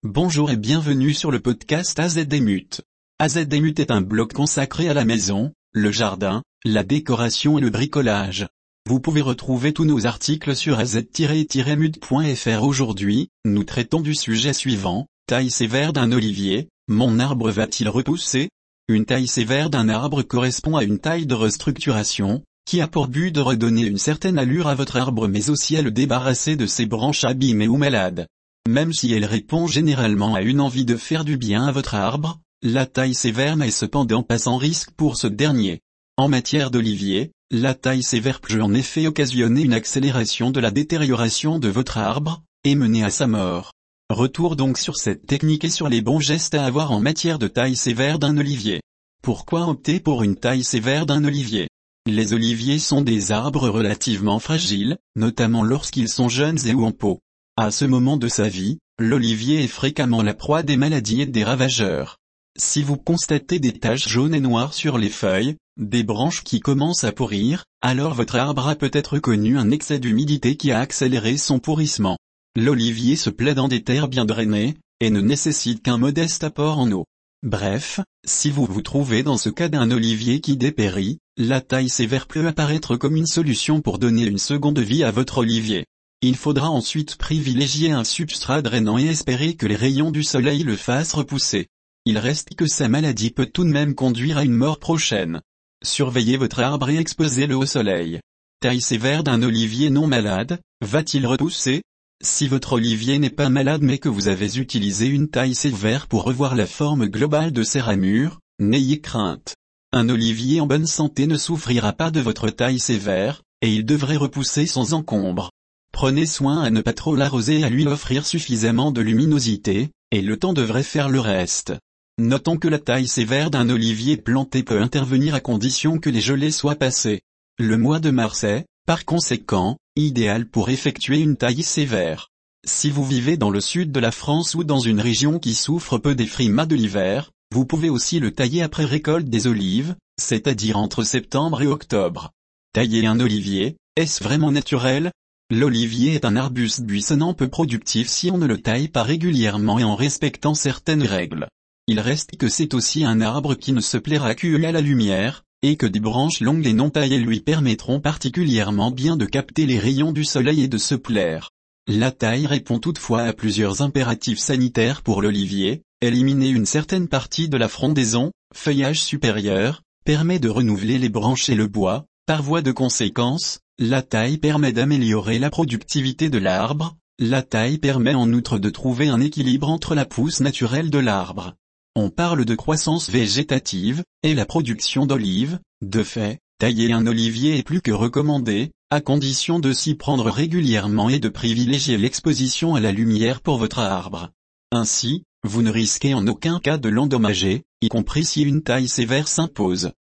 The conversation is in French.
Bonjour et bienvenue sur le podcast AZDMut. AZDMut est un blog consacré à la maison, le jardin, la décoration et le bricolage. Vous pouvez retrouver tous nos articles sur az-mut.fr. Aujourd'hui, nous traitons du sujet suivant, taille sévère d'un olivier, mon arbre va-t-il repousser? Une taille sévère d'un arbre correspond à une taille de restructuration, qui a pour but de redonner une certaine allure à votre arbre mais aussi à le débarrasser de ses branches abîmées ou malades. Même si elle répond généralement à une envie de faire du bien à votre arbre, la taille sévère n'est cependant pas sans risque pour ce dernier. En matière d'olivier, la taille sévère peut en effet occasionner une accélération de la détérioration de votre arbre, et mener à sa mort. Retour donc sur cette technique et sur les bons gestes à avoir en matière de taille sévère d'un olivier. Pourquoi opter pour une taille sévère d'un olivier? Les oliviers sont des arbres relativement fragiles, notamment lorsqu'ils sont jeunes et ou en pot. À ce moment de sa vie, l'olivier est fréquemment la proie des maladies et des ravageurs. Si vous constatez des taches jaunes et noires sur les feuilles, des branches qui commencent à pourrir, alors votre arbre a peut-être connu un excès d'humidité qui a accéléré son pourrissement. L'olivier se plaît dans des terres bien drainées, et ne nécessite qu'un modeste apport en eau. Bref, si vous vous trouvez dans ce cas d'un olivier qui dépérit, la taille sévère peut apparaître comme une solution pour donner une seconde vie à votre olivier. Il faudra ensuite privilégier un substrat drainant et espérer que les rayons du soleil le fassent repousser. Il reste que sa maladie peut tout de même conduire à une mort prochaine. Surveillez votre arbre et exposez-le au soleil. Taille sévère d'un olivier non malade, va-t-il repousser? Si votre olivier n'est pas malade mais que vous avez utilisé une taille sévère pour revoir la forme globale de ses ramures, n'ayez crainte. Un olivier en bonne santé ne souffrira pas de votre taille sévère, et il devrait repousser sans encombre. Prenez soin à ne pas trop l'arroser et à lui offrir suffisamment de luminosité, et le temps devrait faire le reste. Notons que la taille sévère d'un olivier planté peut intervenir à condition que les gelées soient passées. Le mois de mars est, par conséquent, idéal pour effectuer une taille sévère. Si vous vivez dans le sud de la France ou dans une région qui souffre peu des frimas de l'hiver, vous pouvez aussi le tailler après récolte des olives, c'est-à-dire entre septembre et octobre. Tailler un olivier, est-ce vraiment naturel? L'olivier est un arbuste buissonnant peu productif si on ne le taille pas régulièrement et en respectant certaines règles. Il reste que c'est aussi un arbre qui ne se plaira qu'à la lumière, et que des branches longues et non taillées lui permettront particulièrement bien de capter les rayons du soleil et de se plaire. La taille répond toutefois à plusieurs impératifs sanitaires pour l'olivier, éliminer une certaine partie de la frondaison, feuillage supérieur, permet de renouveler les branches et le bois, par voie de conséquence, la taille permet d'améliorer la productivité de l'arbre, la taille permet en outre de trouver un équilibre entre la pousse naturelle de l'arbre. On parle de croissance végétative, et la production d'olives. De fait, tailler un olivier est plus que recommandé, à condition de s'y prendre régulièrement et de privilégier l'exposition à la lumière pour votre arbre. Ainsi, vous ne risquez en aucun cas de l'endommager, y compris si une taille sévère s'impose.